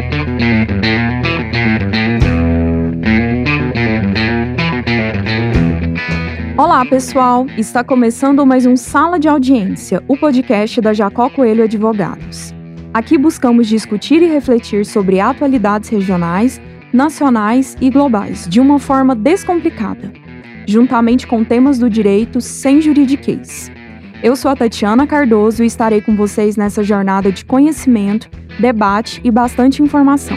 Olá, pessoal! Está começando mais um Sala de Audiência, o podcast da Jacó Coelho Advogados. Aqui buscamos discutir e refletir sobre atualidades regionais, nacionais e globais, de uma forma descomplicada, juntamente com temas do direito sem juridiquês. Eu sou a Tatiana Cardoso e estarei com vocês nessa jornada de conhecimento, debate e bastante informação.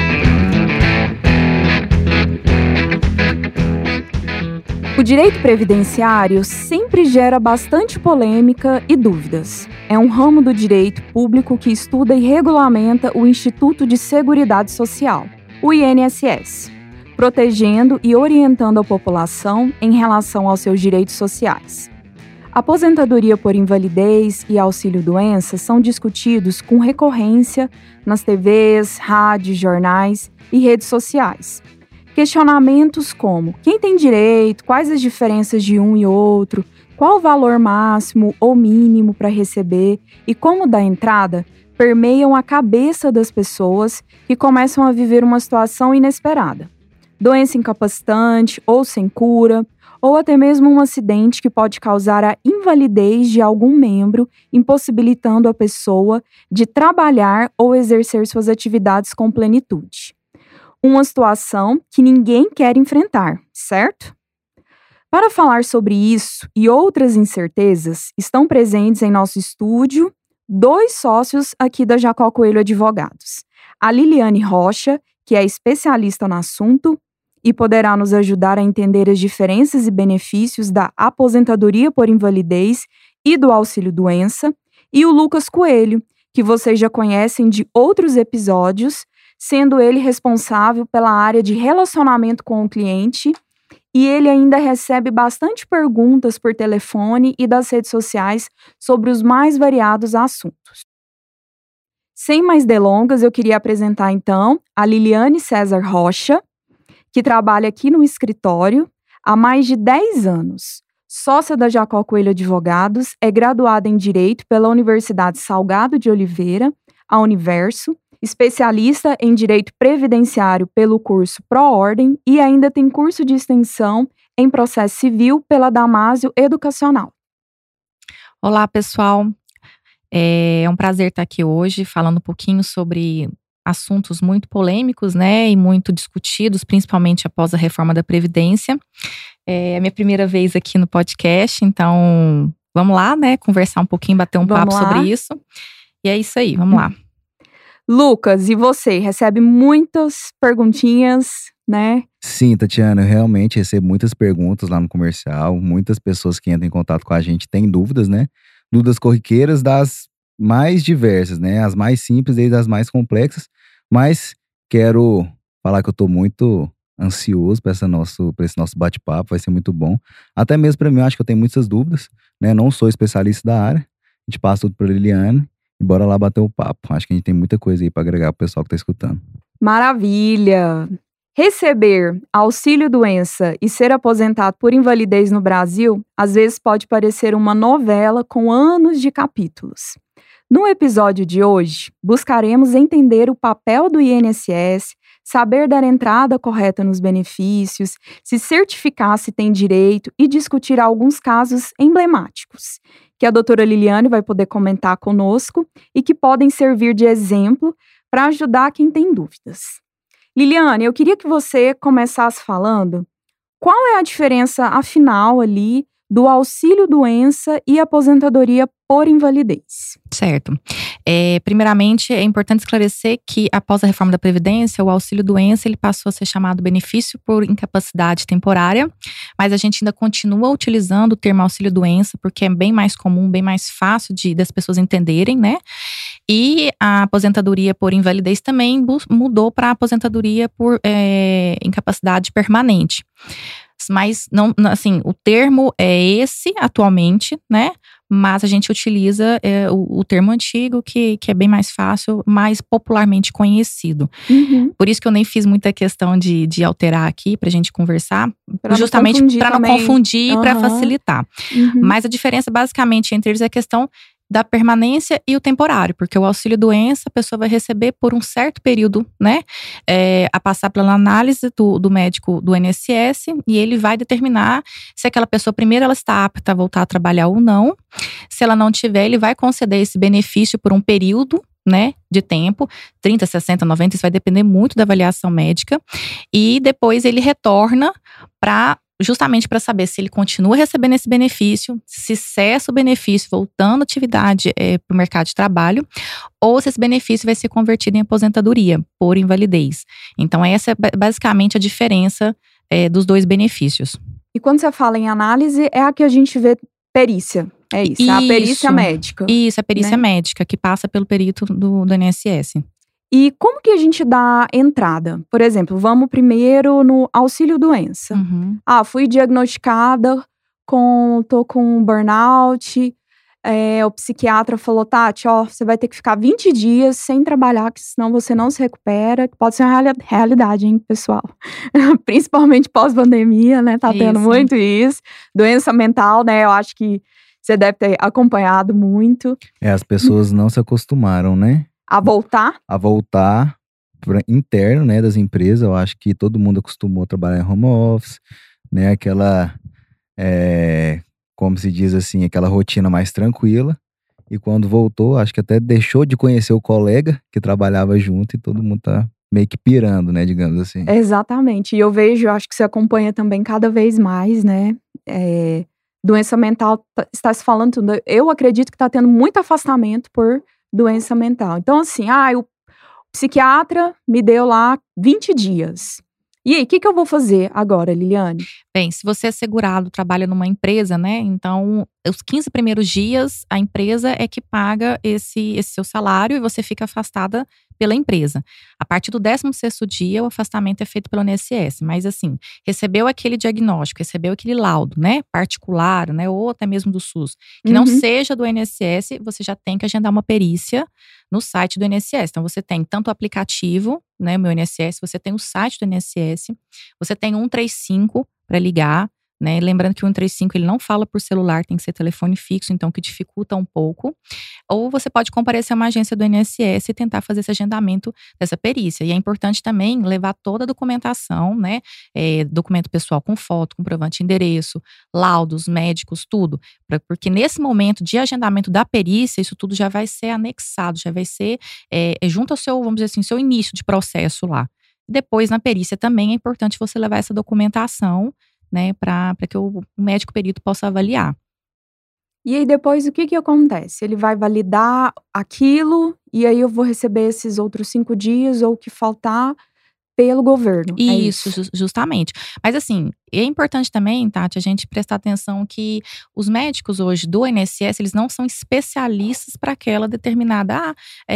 O direito previdenciário sempre gera bastante polêmica e dúvidas. É um ramo do direito público que estuda e regulamenta o Instituto de Seguridade Social, o INSS, protegendo e orientando a população em relação aos seus direitos sociais. Aposentadoria por invalidez e auxílio-doença são discutidos com recorrência nas TVs, rádios, jornais e redes sociais. Questionamentos como: quem tem direito, quais as diferenças de um e outro, qual o valor máximo ou mínimo para receber e como dar entrada, permeiam a cabeça das pessoas que começam a viver uma situação inesperada. Doença incapacitante ou sem cura, ou até mesmo um acidente que pode causar a invalidez de algum membro, impossibilitando a pessoa de trabalhar ou exercer suas atividades com plenitude. Uma situação que ninguém quer enfrentar, certo? Para falar sobre isso e outras incertezas, estão presentes em nosso estúdio dois sócios aqui da Jacó Coelho Advogados. A Liliane Rocha, que é especialista no assunto e poderá nos ajudar a entender as diferenças e benefícios da aposentadoria por invalidez e do auxílio-doença, e o Lucas Coelho, que vocês já conhecem de outros episódios, sendo ele responsável pela área de relacionamento com o cliente, e ele ainda recebe bastante perguntas por telefone e das redes sociais sobre os mais variados assuntos. Sem mais delongas, eu queria apresentar então a Liliane César Rocha, que trabalha aqui no escritório há mais de 10 anos. Sócia da Jacó Coelho Advogados, é graduada em Direito pela Universidade Salgado de Oliveira, a Universo, especialista em Direito Previdenciário pelo curso Pró-Ordem e ainda tem curso de extensão em Processo Civil pela Damásio Educacional. Olá, pessoal. É um prazer estar aqui hoje falando um pouquinho sobre assuntos muito polêmicos, né, e muito discutidos, principalmente após a reforma da Previdência. É a minha primeira vez aqui no podcast, então vamos lá, né, conversar um pouquinho, bater um papo sobre isso. E é isso aí, vamos lá. Lucas, e você? Recebe muitas perguntinhas, né? Sim, Tatiana, eu realmente recebo muitas perguntas lá no comercial. Muitas pessoas que entram em contato com a gente têm dúvidas, né? Dúvidas corriqueiras das mais diversas, né? As mais simples desde as mais complexas. Mas quero falar que eu tô muito ansioso para esse nosso bate-papo, vai ser muito bom. Até mesmo para mim, eu acho que eu tenho muitas dúvidas, né? Não sou especialista da área. A gente passa tudo para Liliane. E bora lá bater o papo. Acho que a gente tem muita coisa aí para agregar pro pessoal que tá escutando. Maravilha! Receber auxílio-doença e ser aposentado por invalidez no Brasil, às vezes pode parecer uma novela com anos de capítulos. No episódio de hoje, buscaremos entender o papel do INSS, saber dar entrada correta nos benefícios, se certificar se tem direito e discutir alguns casos emblemáticos, que a doutora Liliane vai poder comentar conosco e que podem servir de exemplo para ajudar quem tem dúvidas. Liliane, eu queria que você começasse falando qual é a diferença, afinal, ali do auxílio-doença e aposentadoria por invalidez. Certo. Primeiramente, é importante esclarecer que após a reforma da Previdência, o auxílio-doença ele passou a ser chamado benefício por incapacidade temporária, mas a gente ainda continua utilizando o termo auxílio-doença porque é bem mais comum, bem mais fácil das pessoas entenderem, né? E a aposentadoria por invalidez também mudou para aposentadoria por incapacidade permanente. Mas, não, assim, o termo é esse atualmente, né? Mas a gente utiliza o termo antigo, que é bem mais fácil, mais popularmente conhecido. Uhum. Por isso que eu nem fiz muita questão de alterar aqui pra gente conversar, justamente para não confundir e para facilitar. Uhum. Mas a diferença basicamente entre eles é a questão da permanência e o temporário, porque o auxílio-doença a pessoa vai receber por um certo período, né? A passar pela análise do médico do INSS, e ele vai determinar se aquela pessoa, primeiro, ela está apta a voltar a trabalhar ou não. Se ela não tiver, ele vai conceder esse benefício por um período, né, de tempo, 30, 60, 90, isso vai depender muito da avaliação médica, e depois ele retorna justamente para saber se ele continua recebendo esse benefício, se cessa o benefício voltando a atividade para o mercado de trabalho, ou se esse benefício vai ser convertido em aposentadoria por invalidez. Então essa é basicamente a diferença dos dois benefícios. E quando você fala em análise, é a que a gente vê perícia. É isso, é a perícia médica. Isso, a perícia médica, que passa pelo perito do INSS. E como que a gente dá entrada? Por exemplo, vamos primeiro no auxílio-doença. Uhum. Fui diagnosticada tô com burnout. O psiquiatra falou, Tati, você vai ter que ficar 20 dias sem trabalhar, que senão você não se recupera. Pode ser uma realidade, hein, pessoal? Principalmente pós-pandemia, né? Tá tendo muito isso. Doença mental, né? Eu acho que você deve ter acompanhado muito. As pessoas não se acostumaram, né? A voltar para interno, né, das empresas. Eu acho que todo mundo acostumou a trabalhar em home office, né? Aquela, como se diz assim, aquela rotina mais tranquila. E quando voltou, acho que até deixou de conhecer o colega que trabalhava junto e todo mundo tá meio que pirando, né, digamos assim. Exatamente. E eu vejo, acho que você acompanha também cada vez mais, né? Doença mental, está se falando tudo. Eu acredito que está tendo muito afastamento por doença mental. Então, assim, o psiquiatra me deu lá 20 dias. E aí, o que eu vou fazer agora, Liliane? Bem, se você é segurado, trabalha numa empresa, né? Então, os 15 primeiros dias, a empresa é que paga esse seu salário e você fica afastada pela empresa. A partir do 16º dia, o afastamento é feito pelo INSS. Mas assim, recebeu aquele diagnóstico, recebeu aquele laudo, né? Particular, né? Ou até mesmo do SUS. Que não seja do INSS, você já tem que agendar uma perícia no site do INSS. Então, você tem tanto o aplicativo, né? Meu INSS, você tem o site do INSS, você tem 135 para ligar, né? Lembrando que o 135 ele não fala por celular, tem que ser telefone fixo, então que dificulta um pouco. Ou você pode comparecer a uma agência do INSS e tentar fazer esse agendamento dessa perícia. E é importante também levar toda a documentação, né? Documento pessoal com foto, comprovante de endereço, laudos médicos, tudo. Porque nesse momento de agendamento da perícia, isso tudo já vai ser anexado, já vai ser junto ao seu, vamos dizer assim, seu início de processo lá. Depois, na perícia também é importante você levar essa documentação, né, para que o médico perito possa avaliar. E aí depois o que acontece? Ele vai validar aquilo e aí eu vou receber esses outros 5 dias ou o que faltar pelo governo. Isso, justamente. Mas assim, é importante também, Tati, a gente prestar atenção que os médicos hoje do INSS, eles não são especialistas para aquela determinada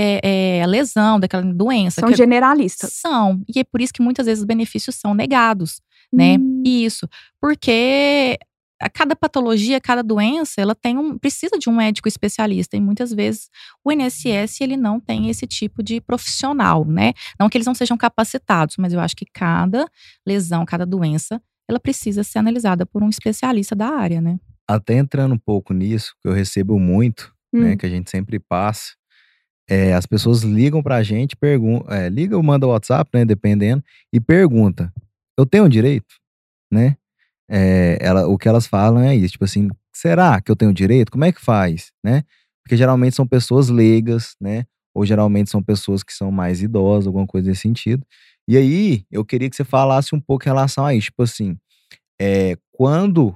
lesão, daquela doença. São generalistas. São. E é por isso que muitas vezes os benefícios são negados, né? Isso. Porque a cada patologia, cada doença, ela precisa de um médico especialista. E muitas vezes o INSS, ele não tem esse tipo de profissional, né? Não que eles não sejam capacitados, mas eu acho que cada lesão, cada doença, ela precisa ser analisada por um especialista da área, né? Até entrando um pouco nisso, que eu recebo muito, né? Que a gente sempre passa. As pessoas ligam pra gente, liga ou manda o WhatsApp, né? Dependendo, e pergunta: eu tenho direito, né? O que elas falam é isso, tipo assim, será que eu tenho direito? Como é que faz, né? Porque geralmente são pessoas leigas, né? Ou geralmente são pessoas que são mais idosas, alguma coisa nesse sentido. E aí, eu queria que você falasse um pouco em relação a isso, tipo assim, quando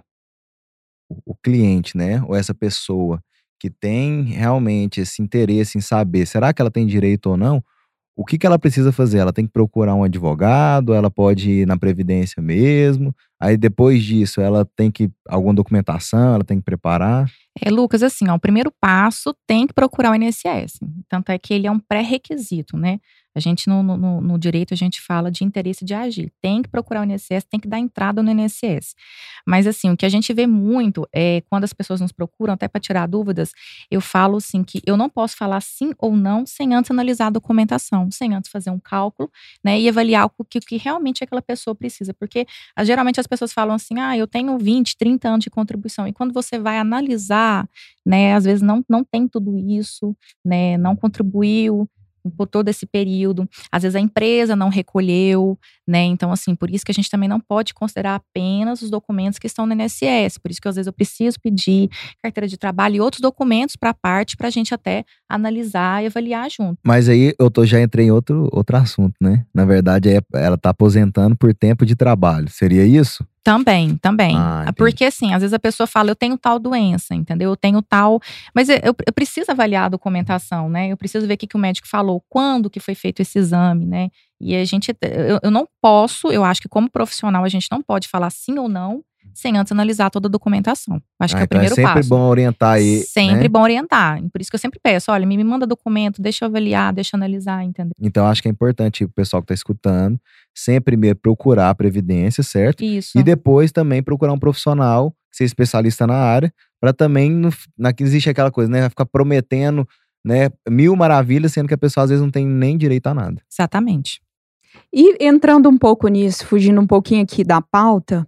o cliente, né, ou essa pessoa que tem realmente esse interesse em saber, será que ela tem direito ou não? O que ela precisa fazer? Ela tem que procurar um advogado, ela pode ir na Previdência mesmo, aí depois disso ela tem que, alguma documentação, ela tem que preparar? Lucas, assim, o primeiro passo tem que procurar o INSS. Tanto é que ele é um pré-requisito, né? A gente, no direito, a gente fala de interesse de agir. Tem que procurar o INSS, tem que dar entrada no INSS. Mas, assim, o que a gente vê muito é quando as pessoas nos procuram, até para tirar dúvidas, eu falo, assim, que eu não posso falar sim ou não sem antes analisar a documentação, sem antes fazer um cálculo, né? E avaliar o que realmente aquela pessoa precisa. Porque, geralmente, as pessoas falam assim, eu tenho 20, 30 anos de contribuição. E quando você vai analisar, né, às vezes não tem tudo isso, né, não contribuiu por todo esse período. Às vezes a empresa não recolheu, né? Então, assim, por isso que a gente também não pode considerar apenas os documentos que estão no INSS. Por isso que às vezes eu preciso pedir carteira de trabalho e outros documentos para a parte, para a gente até analisar e avaliar junto. Mas aí já entrei em outro assunto, né? Na verdade, ela tá aposentando por tempo de trabalho. Seria isso? Também. Entendi. Porque assim, às vezes a pessoa fala, eu tenho tal doença, entendeu? Eu tenho tal… Mas eu preciso avaliar a documentação, né? Eu preciso ver o que o médico falou, quando que foi feito esse exame, né? E a gente… Eu não posso, eu acho que como profissional a gente não pode falar sim ou não sem antes analisar toda a documentação. Acho que é o primeiro passo. É sempre bom orientar aí, Sempre bom orientar. Por isso que eu sempre peço, olha, me manda documento, deixa eu avaliar, deixa eu analisar, entendeu? Então, acho que é importante o pessoal que está escutando sempre primeiro procurar a previdência, certo? Isso. E depois também procurar um profissional, ser especialista na área, para também, não existe aquela coisa, né? Ficar prometendo, né, 1000 maravilhas, sendo que a pessoa às vezes não tem nem direito a nada. Exatamente. E entrando um pouco nisso, fugindo um pouquinho aqui da pauta,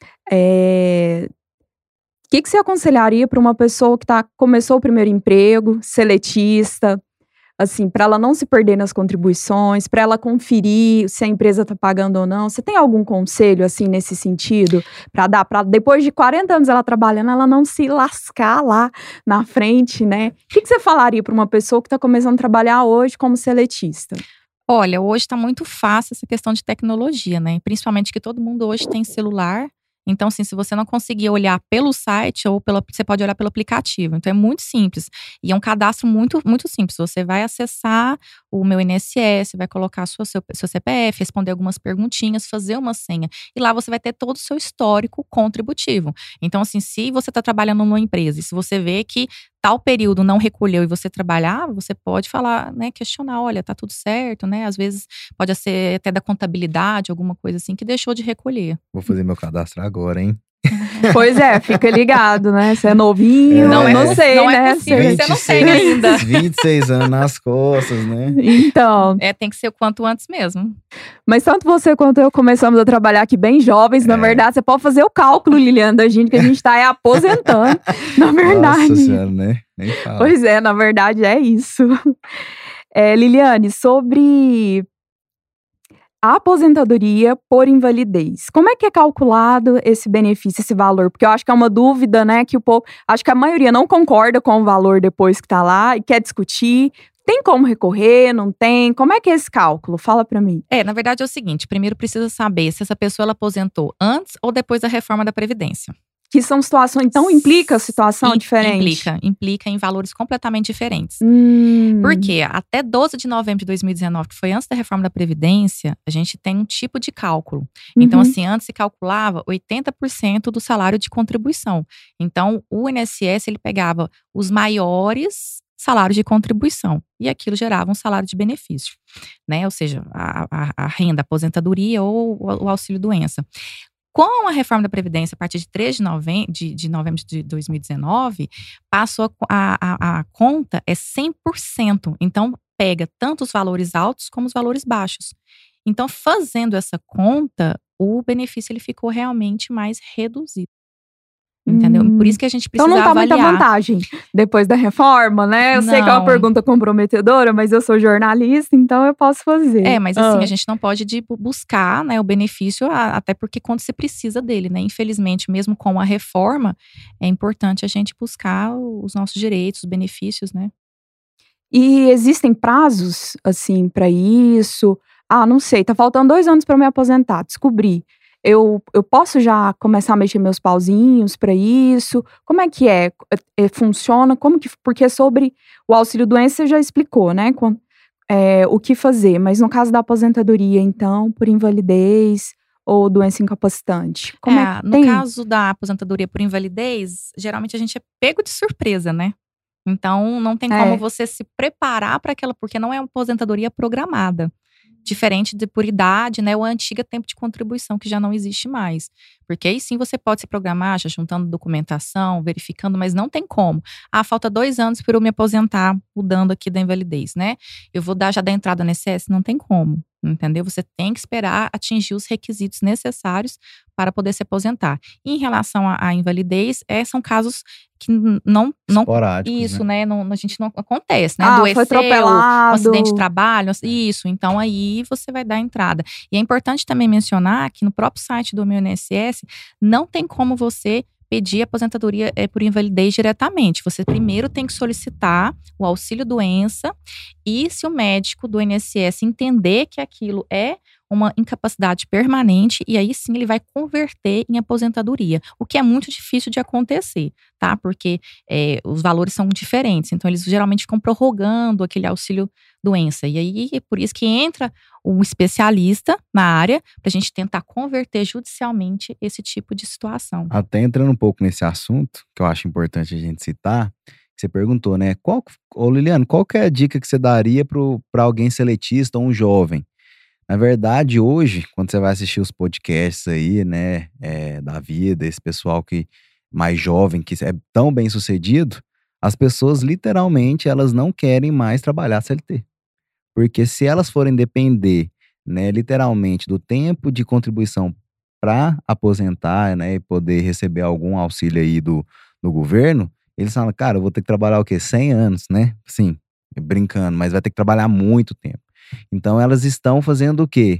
o que você aconselharia para uma pessoa que começou o primeiro emprego, seletista, assim, para ela não se perder nas contribuições, para ela conferir se a empresa está pagando ou não? Você tem algum conselho, assim, nesse sentido? Para dar, para depois de 40 anos ela trabalhando, ela não se lascar lá na frente, né? O que você falaria para uma pessoa que está começando a trabalhar hoje como seletista? Olha, hoje está muito fácil essa questão de tecnologia, né? Principalmente que todo mundo hoje tem celular. Então, assim, se você não conseguir olhar pelo site você pode olhar pelo aplicativo. Então, é muito simples. E é um cadastro muito, muito simples. Você vai acessar o meu INSS, vai colocar seu CPF, responder algumas perguntinhas, fazer uma senha. E lá você vai ter todo o seu histórico contributivo. Então, assim, se você está trabalhando numa empresa e se você vê que tal período não recolheu e você trabalhava, você pode falar, né, questionar, olha, tá tudo certo, né? Às vezes pode ser até da contabilidade, alguma coisa assim, que deixou de recolher. Vou fazer meu cadastro agora, hein? Pois é, fica ligado, né? Você é novinho, não sei, não né? É possível, você não tem ainda. 26 anos nas costas, né? Então. Tem que ser o quanto antes mesmo. Mas tanto você quanto eu começamos a trabalhar aqui bem jovens, na verdade, você pode fazer o cálculo, Liliana, da gente, que a gente tá aposentando, na verdade. Nossa senhora, né? Nem fala. Pois é, na verdade é isso. Liliane, sobre a aposentadoria por invalidez. Como é que é calculado esse benefício, esse valor? Porque eu acho que é uma dúvida, né, que o povo… Acho que a maioria não concorda com o valor depois que tá lá e quer discutir. Tem como recorrer? Não tem? Como é que é esse cálculo? Fala pra mim. Na verdade é o seguinte, primeiro precisa saber se essa pessoa ela aposentou antes ou depois da reforma da Previdência. Que são situações… Então, implica situação diferente? Implica em valores completamente diferentes. Porque até 12 de novembro de 2019, que foi antes da reforma da Previdência, a gente tem um tipo de cálculo. Então, assim, antes se calculava 80% do salário de contribuição. Então, o INSS, ele pegava os maiores salários de contribuição. E aquilo gerava um salário de benefício, né? Ou seja, a renda, a aposentadoria ou o auxílio-doença. Com a reforma da Previdência, a partir de 3 de novembro de 2019, passou a conta é 100%. Então, pega tanto os valores altos como os valores baixos. Então, fazendo essa conta, o benefício ele ficou realmente mais reduzido. Entendeu? Por isso que a gente precisa avaliar. Então não tá muita vantagem depois da reforma, né? Eu sei que é uma pergunta comprometedora, mas eu sou jornalista, então eu posso fazer. Mas assim, a gente não pode buscar, né, o benefício, até porque quando você precisa dele, né? Infelizmente, mesmo com a reforma, é importante a gente buscar os nossos direitos, os benefícios, né? E existem prazos, assim, pra isso? Não sei, tá faltando 2 anos pra eu me aposentar, descobri. Eu posso já começar a mexer meus pauzinhos para isso? Como é que funciona? Porque sobre o auxílio-doença você já explicou, né? O que fazer. Mas no caso da aposentadoria, então, por invalidez ou doença incapacitante? No caso da aposentadoria por invalidez, geralmente a gente é pego de surpresa, né? Então, não tem como você se preparar para aquela… Porque não é uma aposentadoria programada. Diferente de por idade, né, ou a antiga tempo de contribuição, que já não existe mais. Porque aí sim você pode se programar, já juntando documentação, verificando, mas não tem como. Falta 2 anos para eu me aposentar, mudando aqui da invalidez, né? Eu vou já dar entrada no INSS? Não tem como, entendeu? Você tem que esperar atingir os requisitos necessários para poder se aposentar. E em relação à invalidez, são casos que não Esporádicos, isso, né? A gente não acontece, né? Foi atropelado. um acidente de trabalho, isso. Então aí você vai dar entrada. E é importante também mencionar que no próprio site do meu INSS não tem como você pedir aposentadoria por invalidez diretamente. Você primeiro tem que solicitar o auxílio-doença e se o médico do INSS entender que aquilo é uma incapacidade permanente, e aí sim ele vai converter em aposentadoria, o que é muito difícil de acontecer, tá? Porque os valores são diferentes, então eles geralmente ficam prorrogando aquele auxílio-doença, e aí é por isso que entra um especialista na área para a gente tentar converter judicialmente esse tipo de situação. Até entrando um pouco nesse assunto, que eu acho importante a gente citar, você perguntou, né? Liliane, qual que é a dica que você daria para alguém seletista ou um jovem? Na verdade, hoje, quando você vai assistir os podcasts aí, né, da vida, esse pessoal que mais jovem, que é tão bem sucedido, as pessoas literalmente, elas não querem mais trabalhar CLT. Porque se elas forem depender, né, literalmente do tempo de contribuição para aposentar, né, e poder receber algum auxílio aí do governo, eles falam, cara, eu vou ter que trabalhar o quê? 100 anos, né? Sim, brincando, mas vai ter que trabalhar muito tempo. Então elas estão fazendo o quê?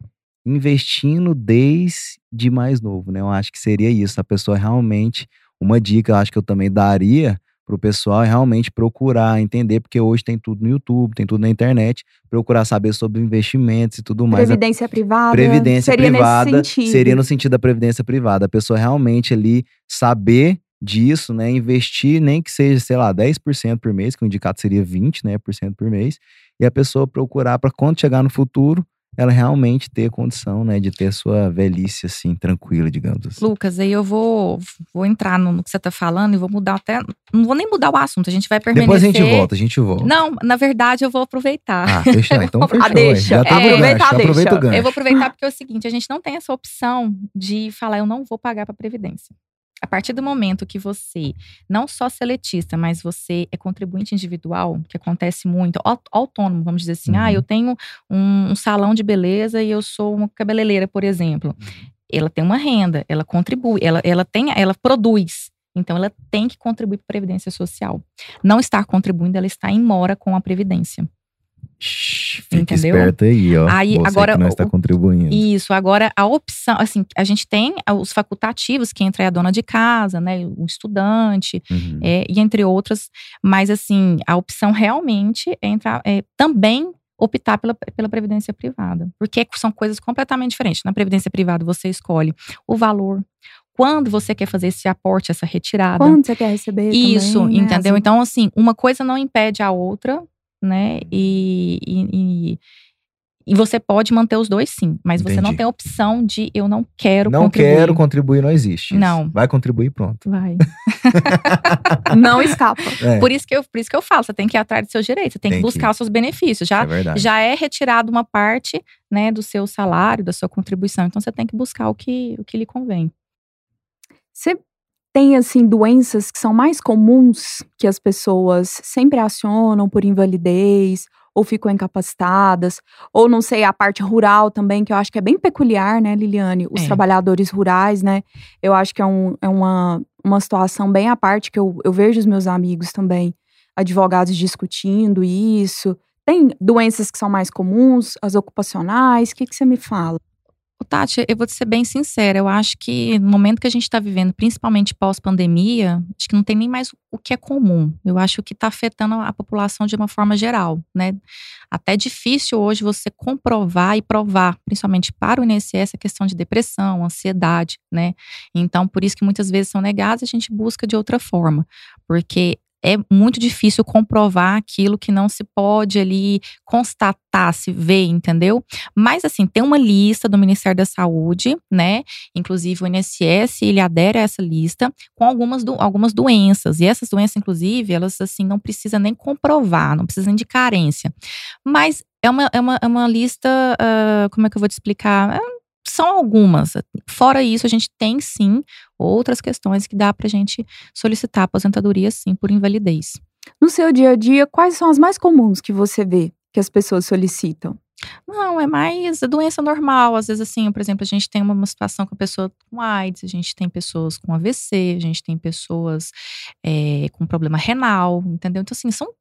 Investindo desde mais novo, né? Eu acho que seria isso. A pessoa realmente, uma dica, eu acho que eu também daria pro pessoal é realmente procurar entender, porque hoje tem tudo no YouTube, tem tudo na internet, procurar saber sobre investimentos e tudo mais. Previdência privada. Previdência privada nesse sentido. seria no sentido da previdência privada. A pessoa realmente ali saber disso, né? Investir, nem que seja, sei lá, 10% por mês, que o indicado seria 20%, né, por mês. E a pessoa procurar para quando chegar no futuro, ela realmente ter condição, né, de ter a sua velhice, assim, tranquila, digamos assim. Lucas, aí eu vou entrar no que você tá falando e vou mudar até… Não vou nem mudar o assunto, a gente vai permanecer… Depois a gente volta. Não, na verdade eu vou aproveitar. Ah, fechou, então fechou. Deixa. Já tá no gancho, aproveita o gancho. Eu vou aproveitar porque é o seguinte, a gente não tem essa opção de falar, eu não vou pagar pra Previdência. A partir do momento que você, não só seletista, mas você é contribuinte individual, que acontece muito, autônomo, vamos dizer assim, eu tenho um salão de beleza e eu sou uma cabeleireira, por exemplo. Ela tem uma renda, ela contribui, ela produz. Então, ela tem que contribuir para a Previdência Social. Não estar contribuindo, ela está em mora com a Previdência. Fica entendeu? Esperto aí, ó. Aí, você agora, que não está contribuindo. Isso, agora a opção, assim, a gente tem os facultativos, que entra a dona de casa, né, o estudante, e entre outras, mas assim, a opção realmente é entrar, também optar pela previdência privada, porque são coisas completamente diferentes. Na previdência privada você escolhe o valor, quando você quer fazer esse aporte, essa retirada. Quando você quer receber isso, também, né? entendeu? Então, assim, uma coisa não impede a outra, né? E você pode manter os dois, sim. Mas você não tem a opção de eu não quero contribuir. Não quero contribuir, não existe isso. Não. Vai contribuir, pronto. Vai. Não escapa. Por isso que eu falo, você tem que ir atrás dos seus direitos. Você tem que buscar os seus benefícios. Já é retirado uma parte, né, do seu salário, da sua contribuição. Então, você tem que buscar o que lhe convém. Você tem, assim, doenças que são mais comuns, que as pessoas sempre acionam por invalidez, ou ficam incapacitadas, ou não sei, a parte rural também, que eu acho que é bem peculiar, né, Liliane? Os trabalhadores rurais, né? Eu acho que é uma situação bem à parte, que eu vejo os meus amigos também, advogados discutindo isso. Tem doenças que são mais comuns, as ocupacionais, o que você me fala? Tati, eu vou te ser bem sincera, eu acho que no momento que a gente está vivendo, principalmente pós-pandemia, acho que não tem nem mais o que é comum. Eu acho que está afetando a população de uma forma geral, né? Até é difícil hoje você comprovar e provar, principalmente para o INSS, a questão de depressão, ansiedade, né? Então, por isso que muitas vezes são negadas, a gente busca de outra forma, porque é muito difícil comprovar aquilo que não se pode ali constatar, se ver, entendeu? Mas assim, tem uma lista do Ministério da Saúde, né? Inclusive o INSS, ele adere a essa lista com algumas doenças. E essas doenças, inclusive, elas assim, não precisa nem comprovar, não precisa nem de carência. Mas é uma lista, como é que eu vou te explicar? São algumas. Fora isso, a gente tem sim outras questões que dá pra gente solicitar aposentadoria sim por invalidez. No seu dia a dia, quais são as mais comuns que você vê que as pessoas solicitam? Não, é mais doença normal. Às vezes, assim, por exemplo, a gente tem uma situação com a pessoa com AIDS, a gente tem pessoas com AVC, a gente tem pessoas com problema renal, entendeu? Então, assim, são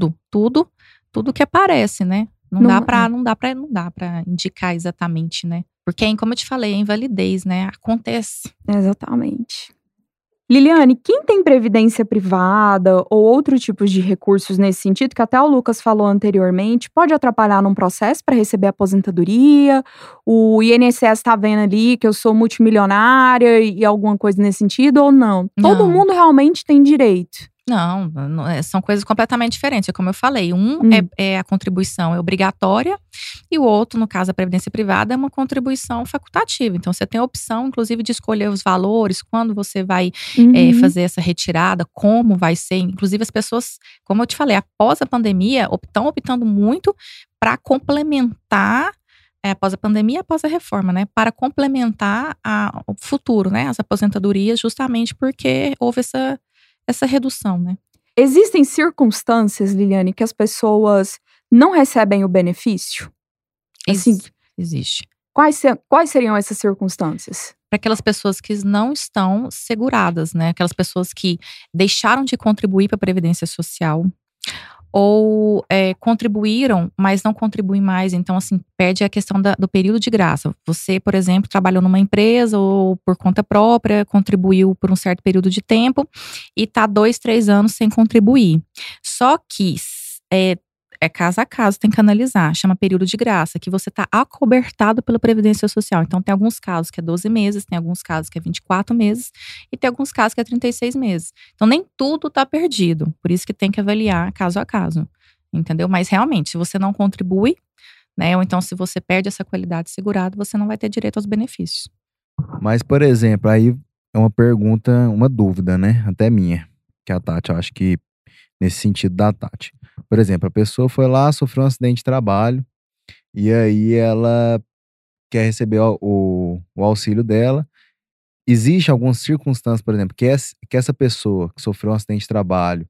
tudo que aparece, né? Não dá Não, pra, não dá pra, não dá pra indicar exatamente, né? Porque, como eu te falei, é invalidez, né? Acontece. exatamente. Liliane, quem tem previdência privada ou outro tipo de recursos nesse sentido, que até o Lucas falou anteriormente, pode atrapalhar num processo para receber aposentadoria? O INSS está vendo ali que eu sou multimilionária e alguma coisa nesse sentido ou não? Todo Não. mundo realmente tem direito. Não, são coisas completamente diferentes. É como eu falei, a contribuição é obrigatória e o outro, no caso a previdência privada, é uma contribuição facultativa. Então você tem a opção, inclusive, de escolher os valores, quando você vai Uhum. fazer essa retirada, como vai ser. Inclusive as pessoas, como eu te falei, após a pandemia, estão optando muito para complementar após a pandemia, após a reforma, né? Para complementar o futuro, né? As aposentadorias, justamente porque houve essa redução, né? Existem circunstâncias, Liliane, que as pessoas não recebem o benefício? Assim, Existe. quais seriam essas circunstâncias? Para aquelas pessoas que não estão seguradas, né? Aquelas pessoas que deixaram de contribuir para a Previdência Social ou contribuíram, mas não contribuem mais. Então, assim, perde a questão do período de graça. Você, por exemplo, trabalhou numa empresa ou por conta própria, contribuiu por um certo período de tempo e está 2, 3 anos sem contribuir. Só que caso a caso, tem que analisar. Chama período de graça, que você está acobertado pela Previdência Social. Então, tem alguns casos que é 12 meses, tem alguns casos que é 24 meses e tem alguns casos que é 36 meses. Então, nem tudo está perdido. Por isso que tem que avaliar caso a caso. Entendeu? Mas, realmente, se você não contribui, né, ou então se você perde essa qualidade segurada, você não vai ter direito aos benefícios. Mas, por exemplo, aí é uma pergunta, uma dúvida, né? Até minha, que a Tati, eu acho que nesse sentido da Tati. Por exemplo, a pessoa foi lá, sofreu um acidente de trabalho, e aí ela quer receber o auxílio dela. Existe algumas circunstâncias, por exemplo, que essa pessoa que sofreu um acidente de trabalho,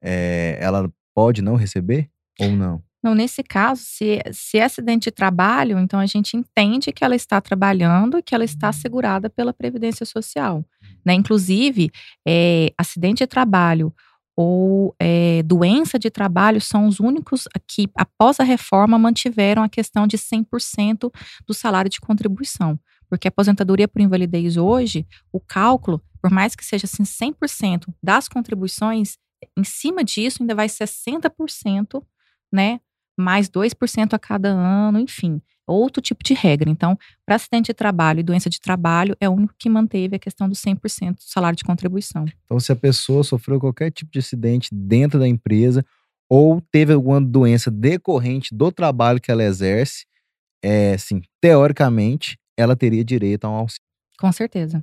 ela pode não receber ou não? Não, nesse caso, se é acidente de trabalho, então a gente entende que ela está trabalhando e que ela está assegurada pela Previdência Social, né? Inclusive, acidente de trabalho ou doença de trabalho são os únicos que, após a reforma, mantiveram a questão de 100% do salário de contribuição. Porque a aposentadoria por invalidez hoje, o cálculo, por mais que seja assim 100% das contribuições, em cima disso ainda vai 60%, né? Mais 2% a cada ano, enfim, outro tipo de regra. Então, para acidente de trabalho e doença de trabalho, é o único que manteve a questão do 100% do salário de contribuição. Então, se a pessoa sofreu qualquer tipo de acidente dentro da empresa ou teve alguma doença decorrente do trabalho que ela exerce, assim, teoricamente, ela teria direito a um auxílio. Com certeza.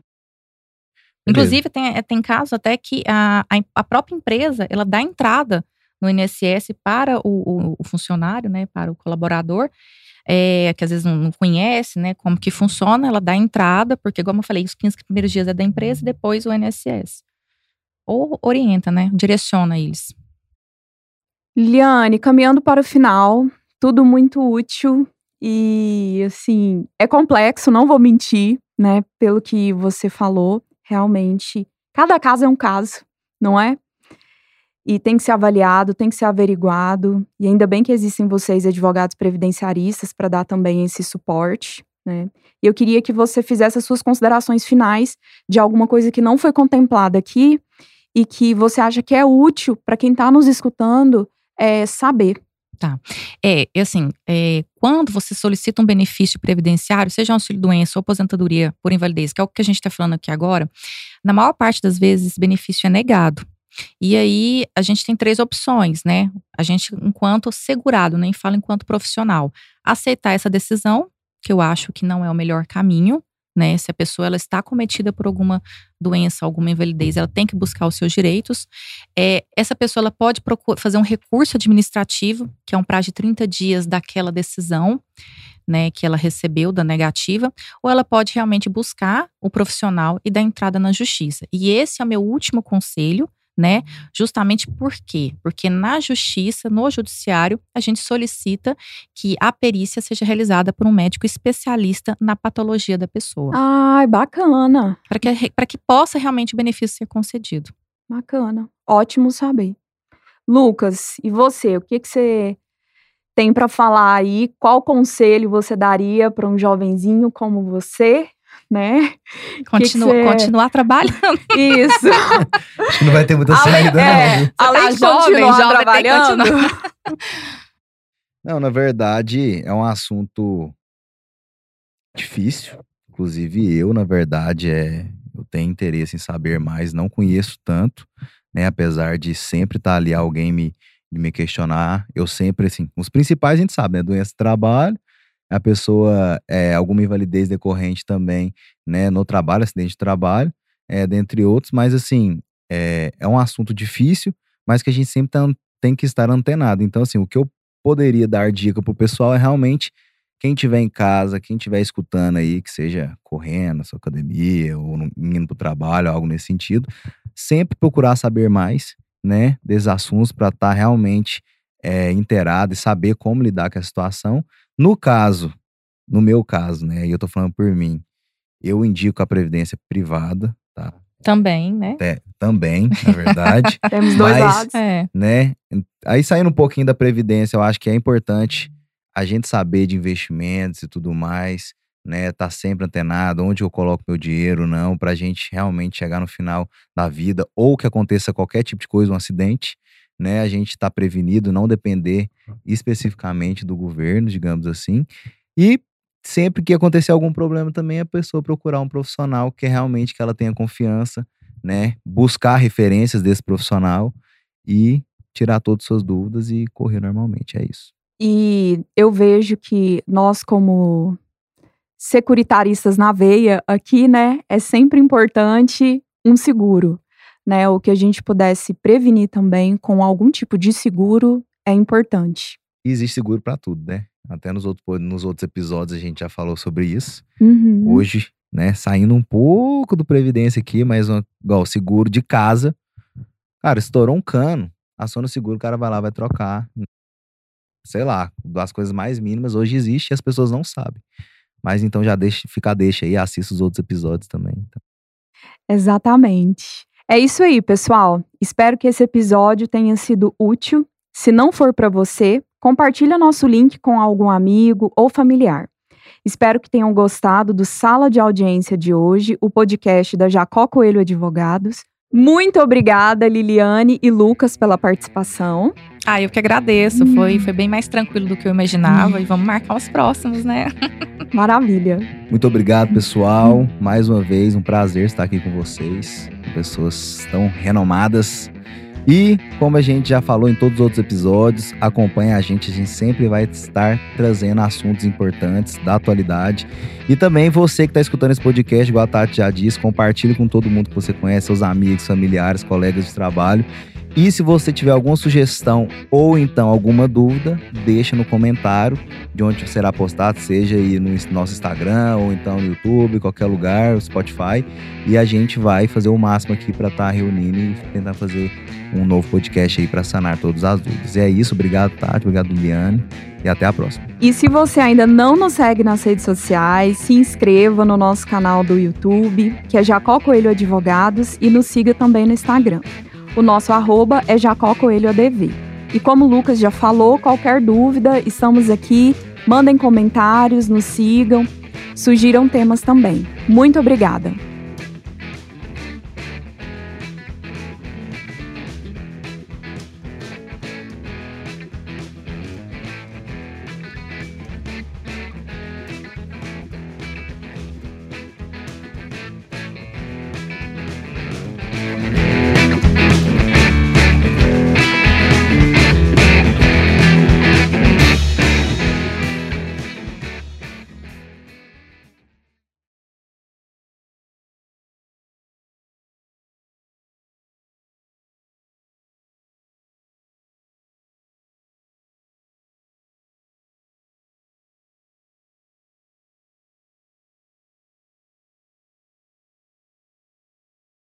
Beleza. Inclusive, tem casos até que a própria empresa, ela dá entrada no INSS para o funcionário, né, para o colaborador, que às vezes não conhece, né, como que funciona, ela dá entrada, porque, como eu falei, os 15 primeiros dias é da empresa e depois o INSS. Ou orienta, né, direciona eles. Liliane, caminhando para o final, tudo muito útil e, assim, é complexo, não vou mentir, né, pelo que você falou, realmente, cada caso é um caso, não é? E tem que ser avaliado, tem que ser averiguado, e ainda bem que existem vocês, advogados previdenciaristas, para dar também esse suporte, né. E eu queria que você fizesse as suas considerações finais de alguma coisa que não foi contemplada aqui e que você acha que é útil para quem está nos escutando, saber. Tá. Assim, quando você solicita um benefício previdenciário, seja auxílio-doença ou aposentadoria por invalidez, que é o que a gente está falando aqui agora, na maior parte das vezes esse benefício é negado. E aí, a gente tem 3 opções, né? A gente, enquanto segurado, nem fala enquanto profissional, aceitar essa decisão, que eu acho que não é o melhor caminho, né? Se a pessoa ela está acometida por alguma doença, alguma invalidez, ela tem que buscar os seus direitos. Essa pessoa ela pode fazer um recurso administrativo, que é um prazo de 30 dias daquela decisão, né, que ela recebeu da negativa, ou ela pode realmente buscar o profissional e dar entrada na justiça. E esse é o meu último conselho, né? Justamente por quê? Porque na justiça, no judiciário, a gente solicita que a perícia seja realizada por um médico especialista na patologia da pessoa. Ai, bacana. Para que possa realmente o benefício ser concedido. Bacana. Ótimo saber. Lucas, e você? O que você tem para falar aí? Qual conselho você daria para um jovenzinho como você, né? Continuar trabalhando. Isso. Acho que não vai ter muita saída, não. Viu? Além de continuar trabalhando. Não, na verdade, é um assunto difícil. Inclusive, eu, na verdade, eu tenho interesse em saber mais, não conheço tanto, né? Apesar de sempre estar ali alguém me questionar, eu sempre, assim, os principais a gente sabe, né? Doença do trabalho, a pessoa, alguma invalidez decorrente também, né? No trabalho, acidente de trabalho, dentre outros, mas assim, é um assunto difícil, mas que a gente sempre tem que estar antenado. Então, assim, o que eu poderia dar dica pro pessoal é realmente quem estiver em casa, quem estiver escutando aí, que seja correndo na sua academia ou indo pro trabalho, algo nesse sentido, sempre procurar saber mais, né, desses assuntos para estar realmente inteirado e saber como lidar com a situação. No meu caso, né, e eu tô falando por mim, eu indico a previdência privada, tá? Também, né? Também, na verdade. Temos dois lados. Né? Aí saindo um pouquinho da previdência, eu acho que é importante a gente saber de investimentos e tudo mais, né? Tá sempre antenado, onde eu coloco meu dinheiro, não, pra gente realmente chegar no final da vida, ou que aconteça qualquer tipo de coisa, um acidente, né? A gente tá prevenido, não depender especificamente do governo, digamos assim. E sempre que acontecer algum problema também, a pessoa procurar um profissional que realmente que ela tenha confiança, né? Buscar referências desse profissional e tirar todas as suas dúvidas e correr normalmente, é isso. E eu vejo que nós, como securitaristas na veia aqui, né, é sempre importante um seguro, né? O que a gente pudesse prevenir também com algum tipo de seguro é importante. E existe seguro para tudo, né? Até nos outros episódios a gente já falou sobre isso. Uhum. Hoje, né, saindo um pouco do Previdência aqui, mas igual seguro de casa. Cara, estourou um cano, aciona o seguro, o cara vai lá, vai trocar. Sei lá, das coisas mais mínimas hoje existe e as pessoas não sabem. Mas então já deixa aí, assista os outros episódios também. Então. Exatamente. É isso aí, pessoal. Espero que esse episódio tenha sido útil. Se não for para você, compartilha nosso link com algum amigo ou familiar. Espero que tenham gostado do Sala de Audiência de hoje, o podcast da Jacó Coelho Advogados. Muito obrigada, Liliane e Lucas, pela participação. Eu que agradeço. Foi bem mais tranquilo do que eu imaginava. E vamos marcar os próximos, né? Maravilha. Muito obrigado, pessoal. Mais uma vez, um prazer estar aqui com vocês. Pessoas tão renomadas. E, como a gente já falou em todos os outros episódios, acompanhe a gente sempre vai estar trazendo assuntos importantes da atualidade. E também você que está escutando esse podcast, igual a Tati já disse, compartilhe com todo mundo que você conhece, seus amigos, familiares, colegas de trabalho. E se você tiver alguma sugestão ou então alguma dúvida, deixa no comentário de onde será postado, seja aí no nosso Instagram ou então no YouTube, qualquer lugar, Spotify. E a gente vai fazer o máximo aqui para estar reunindo e tentar fazer um novo podcast aí para sanar todas as dúvidas. E é isso, obrigado Tati, obrigado Liliane e até a próxima. E se você ainda não nos segue nas redes sociais, se inscreva no nosso canal do YouTube, que é Jacó Coelho Advogados, e nos siga também no Instagram. O nosso @ é Jacó Coelho ADV. E como o Lucas já falou, qualquer dúvida, estamos aqui. Mandem comentários, nos sigam, sugiram temas também. Muito obrigada. Música